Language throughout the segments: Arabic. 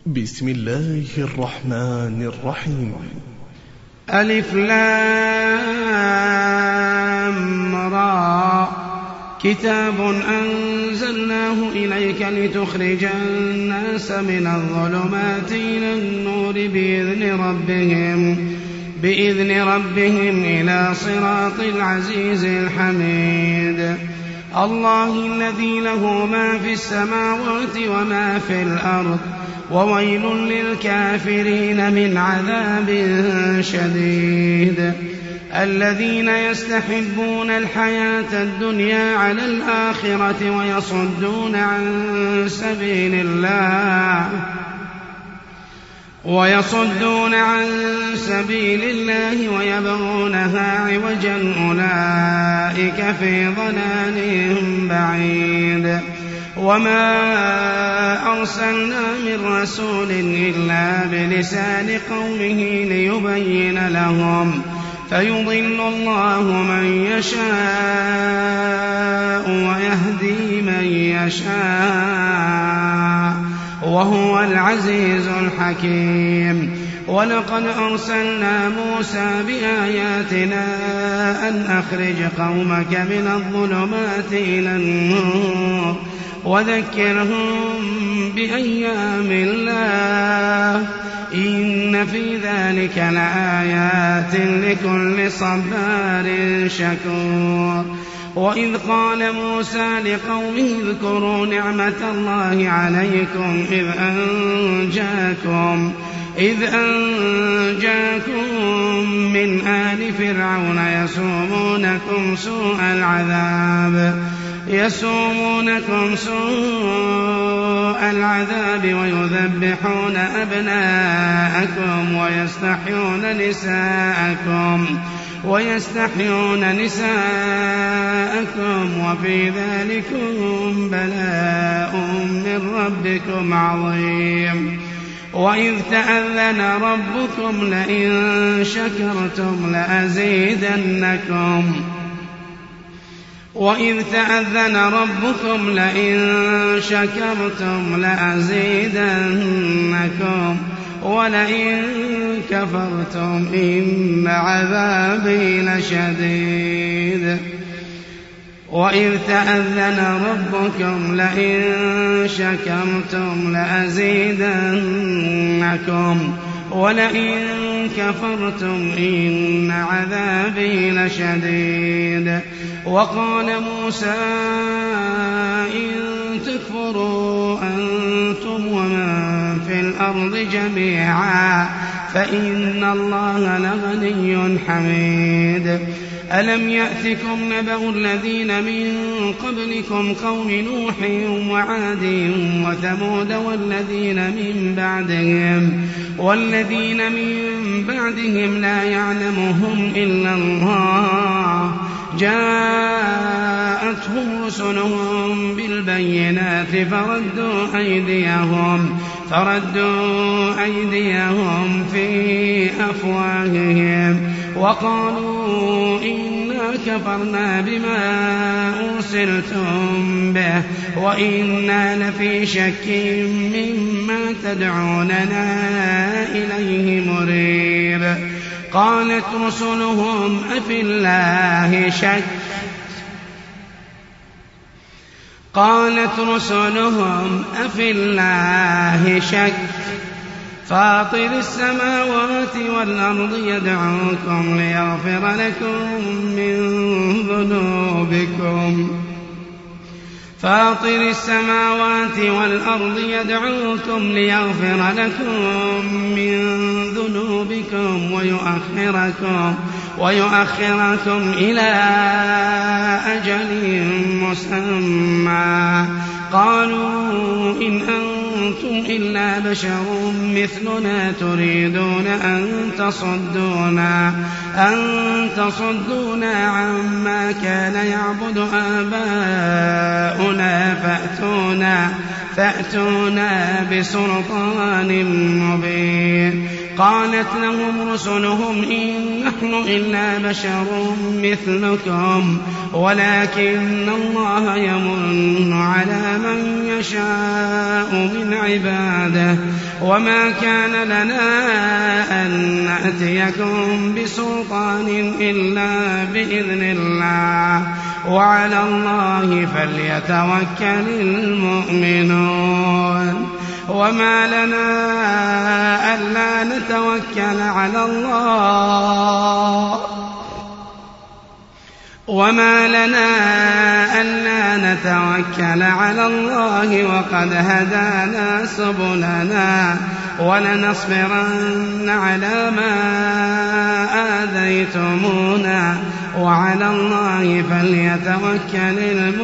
بسم الله الرحمن الرحيم. ألف لام را كتاب أنزلناه إليك لتخرج الناس من الظلمات إلى النور بإذن ربهم إلى صراط العزيز الحميد. الله الذي له ما في السماوات وما في الأرض وويل للكافرين من عذاب شديد. الذين يستحبون الحياة الدنيا على الآخرة ويصدون عن سبيل الله ويبغونها عوجا أولئك في ضلال بعيد. وما أرسلنا من رسول إلا بلسان قومه ليبين لهم فيضل الله من يشاء ويهدي من يشاء وهو العزيز الحكيم. ولقد أرسلنا موسى بآياتنا أن أخرج قومك من الظلمات إلى النور وذكرهم بأيام الله إن في ذلك لآيات لكل صبار شكور. وإذ قال موسى لقومه اذكروا نعمة الله عليكم إذ أنجاكم من آل فرعون يسومونكم سوء العذاب ويذبحون أبناءكم ويستحيون نساءكم وفي ذلكم بلاء من ربكم عظيم. وإذ تأذن ربكم لئن شكرتم لأزيدنكم ولئن كفرتم إن عذابي لشديد. وإذ تأذن ربكم لئن شكرتم لأزيدنكم ولئن كفرتم إن عذابي لشديد. وقال موسى إن تكفروا أنتم ومن في الأرض جميعا فإن الله لغني حميد. ألم يأتكم نبأ الذين من قبلكم قوم نوح وعاد وثمود والذين من بعدهم لا يعلمهم إلا الله جاءتهم رسلهم بالبينات فردوا أيديهم في أفواههم وقالوا إنا كفرنا بما أرسلتم به وإنا لفي شك مما تدعوننا إليه مريب. قالت رسلهم أفي الله شك فاطر السماوات والأرض يدعوكم ليغفر لكم من ذنوبكم ويؤخركم إلى أجل مسمى. قالوا إن أنتم إلا بشر مثلنا تريدون أن تصدونا عما كان يعبد آباؤنا فأتونا بسلطان مبين. قالت لهم رسلهم إن نحن إلا بشر مثلكم ولكن الله يمن على من يشاء من عباده وما كان لنا أن نأتيكم بسلطان إلا بإذن الله وعلى الله فليتوكل المؤمنون وما لنا ألا نتوكل على الله وقد هدانا سبلنا ولنصبرن على ما آذيتمونا وعلى الله فليتوكل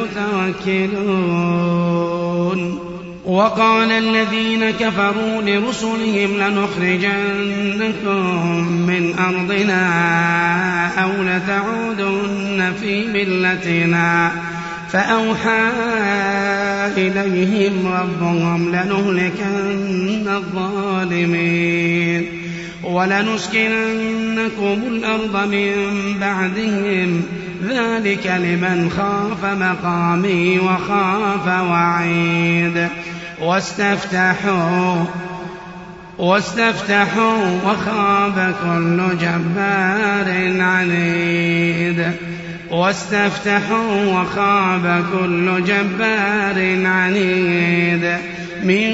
المتوكلون. وقال الذين كفروا لرسلهم لنخرجنكم من أرضنا أو لتعودن في ملتنا فأوحى إليهم ربهم لنهلكن الظالمين ولنسكننكم الأرض من بعدهم ذلك لمن خاف مقامي وخاف وعيد واستفتحوا وخاب كل جبار عنيد من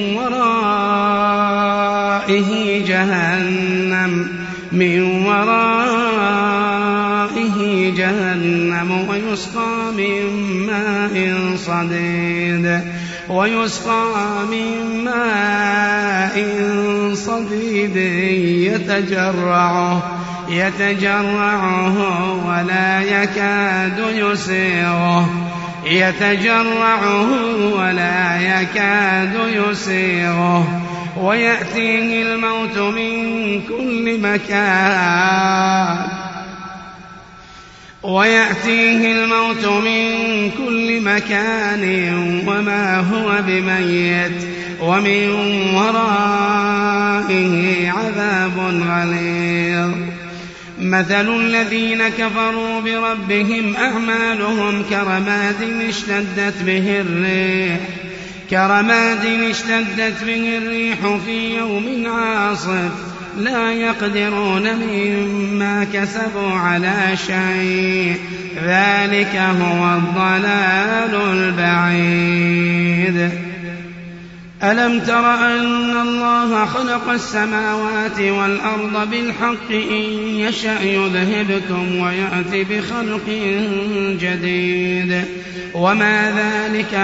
ورائه جهنم ويسقى من ماء صديد يتجرعه ولا يكاد يسيغه ويأتيه الموت من كل مكان وما هو بميت ومن ورائه عذاب غليظ. مثل الذين كفروا بربهم أعمالهم كرماد اشتدت به الريح في يوم عاصف لا يقدرون مما كسبوا على شيء ذلك هو الضلال البعيد. ألم تر أن الله خلق السماوات والأرض بالحق إن يشأ يذهبكم ويأتي بخلق جديد وما ذلك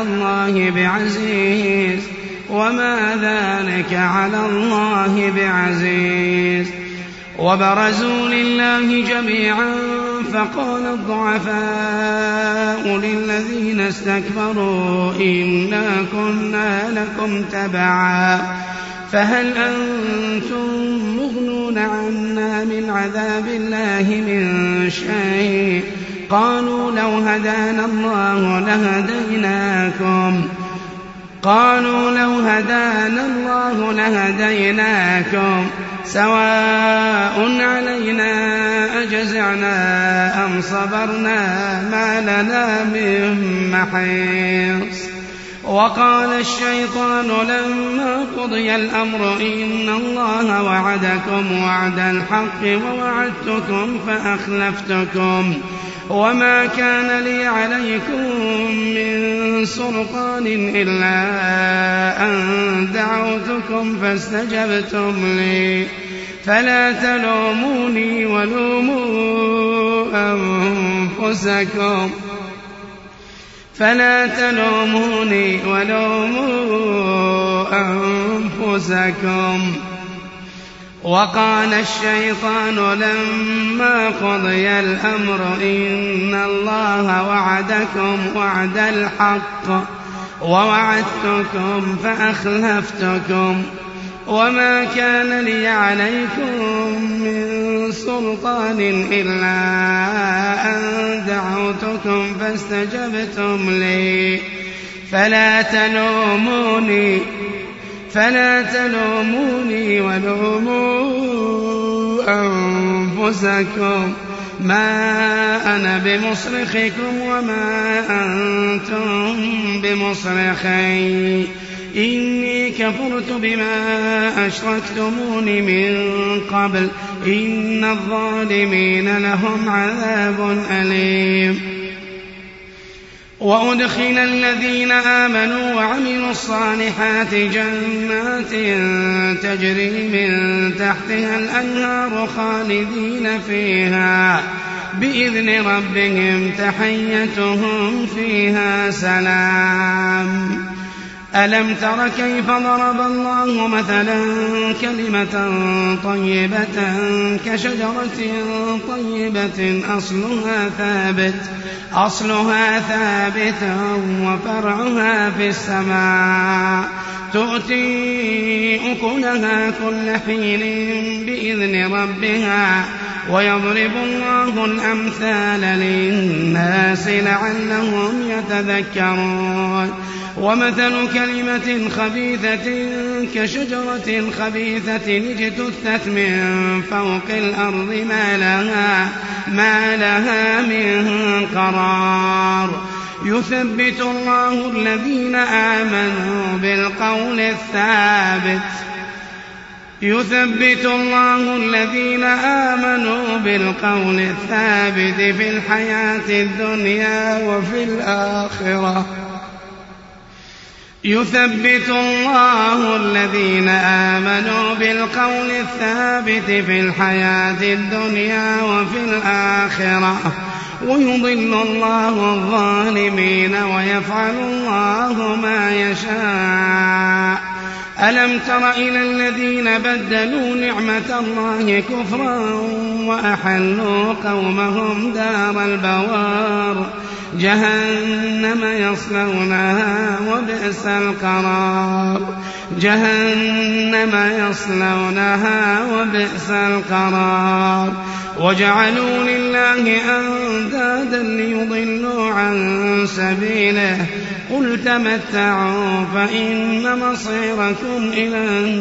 على الله بعزيز. وبرزوا لله جميعا فقال الضعفاء للذين استكبروا إنا كنا لكم تبعا فهل أنتم مغنون عنا من عذاب الله من شيء قالوا لو هدانا الله لهديناكم سواء علينا أجزعنا أم صبرنا ما لنا من محيص. وقال الشيطان لما قضي الأمر إن الله وعدكم وعد الحق ووعدتكم فأخلفتكم وما كان لي عليكم من سلطان إلا أن دعوتكم فاستجبتم لي فلا تلوموني ولوموا أنفسكم. وقال الشيطان لما قضي الأمر إن الله وعدكم وعد الحق ووعدتكم فأخلفتكم وما كان لي عليكم من سلطان إلا أن دعوتكم فاستجبتم لي فلا تلوموني ولوموا أنفسكم ما أنا بمصرخكم وما أنتم بمصرخي إني كفرت بما أشركتمون من قبل إن الظالمين لهم عذاب أليم وأدخل الذين آمنوا وعملوا الصالحات جنات تجري من تحتها الأنهار خالدين فيها بإذن ربهم تحيتهم فيها سلام ألم تر كيف ضرب الله مثلا كلمة طيبة كشجرة طيبة أصلها ثابت وفرعها في السماء تؤتي أكلها كل حين بإذن ربها ويضرب الله الأمثال للناس لعلهم يتذكرون ومثل كلمة خبيثة كشجرة خبيثة اجتثت من فوق الأرض ما لها من قرار يثبت الله الذين آمنوا بالقول الثابت في الحياة الدنيا وفي الآخرة يثبت الله الذين آمنوا بالقول الثابت في الحياة الدنيا وفي الآخرة ويضل الله الظالمين ويفعل الله ما يشاء ألم تر إلى الذين بدلوا نعمة الله كفرا وأحلوا قومهم دار البوار جهنم يصلونها وبئس القرار وجعلوا لله أندادا ليضلوا عن سبيله قل تمتعوا فإن مصيركم إلى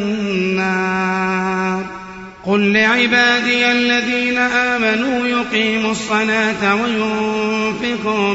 النار قل لعبادي الذين آمنوا يقيموا الصلاة وينفقوا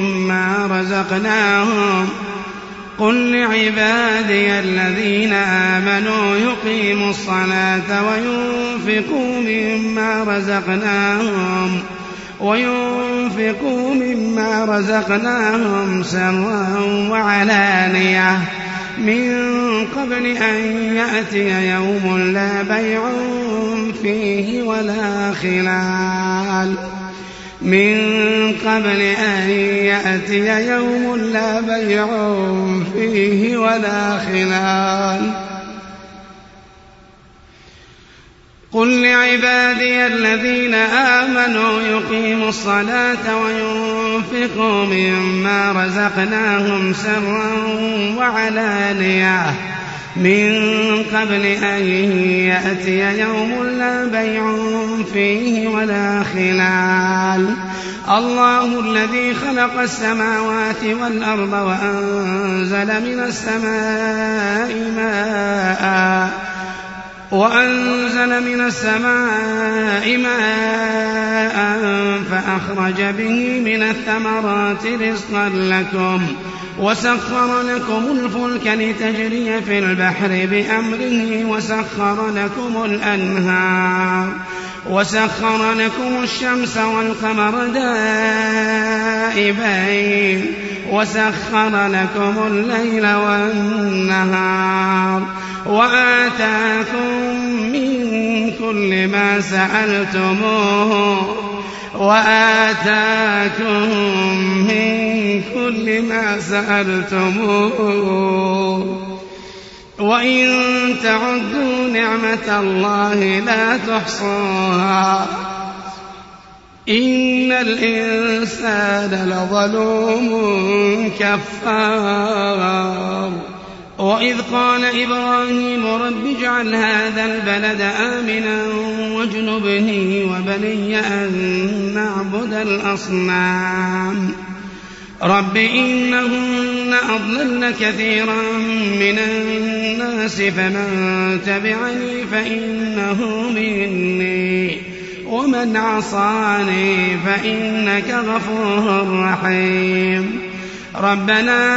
مما رزقناهم سرا وعلانية من قبل أن يأتي يوم لا بيع فيه ولا خلال قل لعبادي الذين آمنوا يقيموا الصلاة وينفقوا مما رزقناهم سرا وعلانية من قبل أن يأتي يوم لا بيع فيه ولا خلال الله الذي خلق السماوات والأرض وأنزل من السماء ماء فأخرج به من الثمرات رزقا لكم وسخر لكم الفلك لتجري في البحر بأمره وسخر لكم الشمس والقمر دائبين وسخر لكم الليل والنهار وآتاكم من كل ما سألتموه وإن تعدوا نعمة الله لا تحصوها إن الإنسان لظلوم كفار وإذ قال إبراهيم رب اجعل هذا البلد آمنا واجنبني وبني أن نعبد الأصنام رب إنهن أضللن كثيرا من الناس فمن تبعني فإنه مني ومن عصاني فإنك غفور رحيم ربنا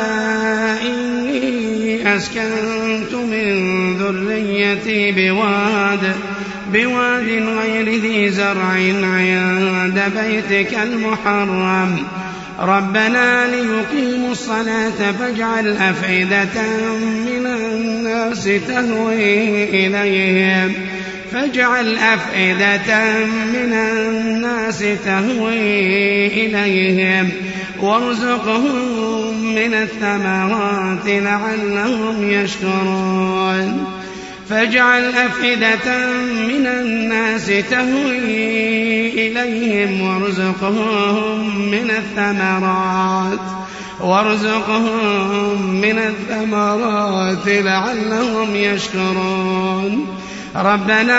إني أسكنت من ذريتي بواد غير ذي زرع عند بيتك المحرم ربنا ليقيموا الصلاة فاجعل أفئدة من الناس تهوي إليهم وارزقهم من الثمرات لعلهم يشكرون فاجعل أفئدة من الناس تهوي إليهم وارزقهم من الثمرات لعلهم يشكرون ربنا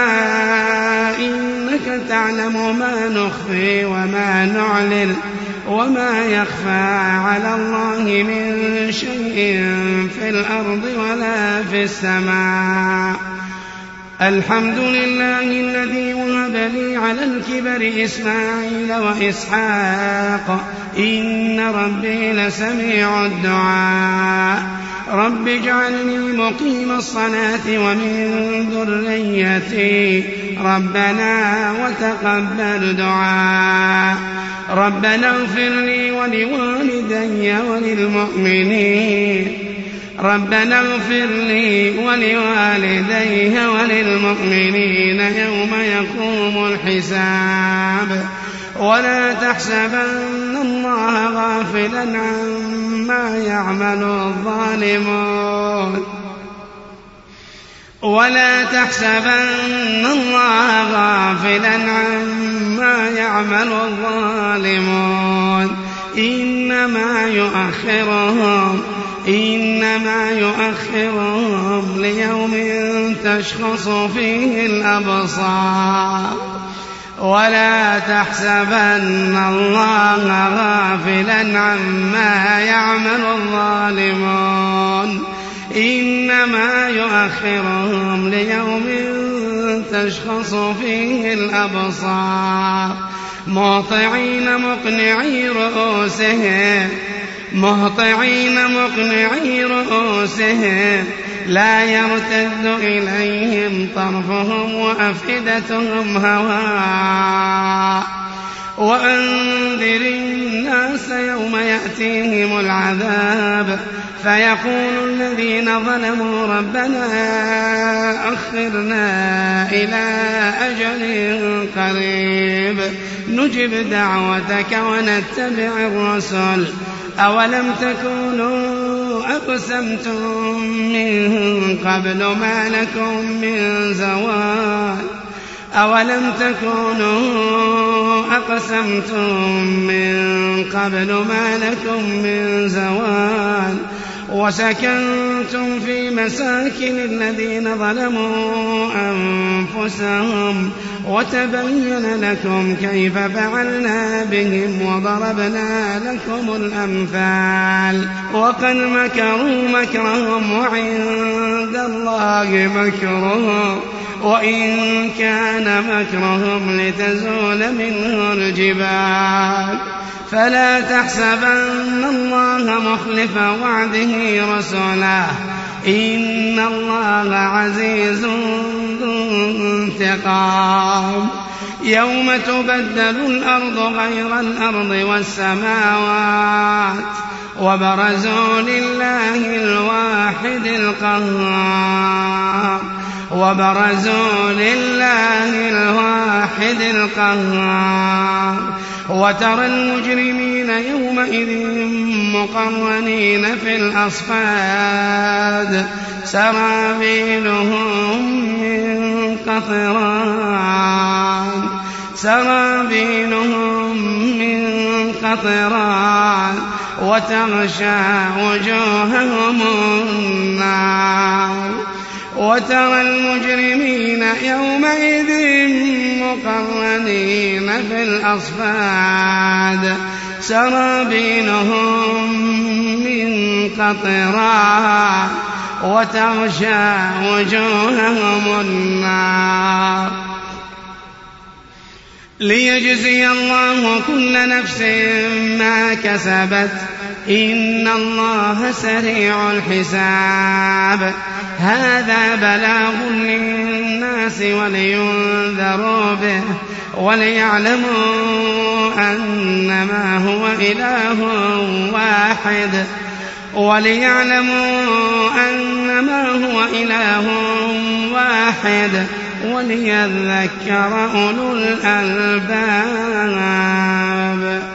إنك تعلم ما نخفي وما نعلن وما يخفى على الله من شيء في الأرض ولا في السماء الحمد لله الذي وهب لي على الكبر إسماعيل وإسحاق إن ربي لسميع الدعاء رب اجعلني مقيم الصلاة ومن ذريتي ربنا وتقبل دعاء ربنا اغفر لي ولوالدي وللمؤمنين يوم يقوم الحساب ولا تحسبن الله غافلا عما يعمل الظالمون إنما يؤخرهم ليوم تشخص فيه الأبصار ولا تحسبن الله غافلا عما يعمل الظالمون إنما يؤخرهم ليوم تشخص فيه الأبصار مهطعين مقنعي رؤوسهم لا يرتد إليهم طرفهم وأفئدتهم هواء وأنذر الناس يوم يأتيهم العذاب فيقول الذين ظلموا ربنا أخرنا إلى أجل قريب نجب دعوتك ونتبع الرسل أولم تكونوا أقسمتم من قبل ما لكم من زوال وسكنتم في مساكن الذين ظلموا أنفسهم وتبين لكم كيف فعلنا بهم وضربنا لكم الأمثال وقد مكروا مكرهم وعند الله مكرهم وإن كان مكرهم لتزول منه الجبال فلا تحسبن الله مخلف وعده رسوله إن الله عزيز ذو انتقام يوم تبدل الأرض غير الأرض والسماوات وبرزوا لله الواحد القهار وترى المجرمين يومئذ مقرنين في الأصفاد سرابيلهم من قطران وتغشى وجوههم النار وترى المجرمين يومئذ مقرنين في الأصفاد سرابيلهم من قطران وتغشى وجوههم النار ليجزي الله كل نفس ما كسبت إن الله سريع الحساب هذا بلاغ للناس ولينذروا به وليعلموا أنما هو إله واحد وليذكر أولو الألباب.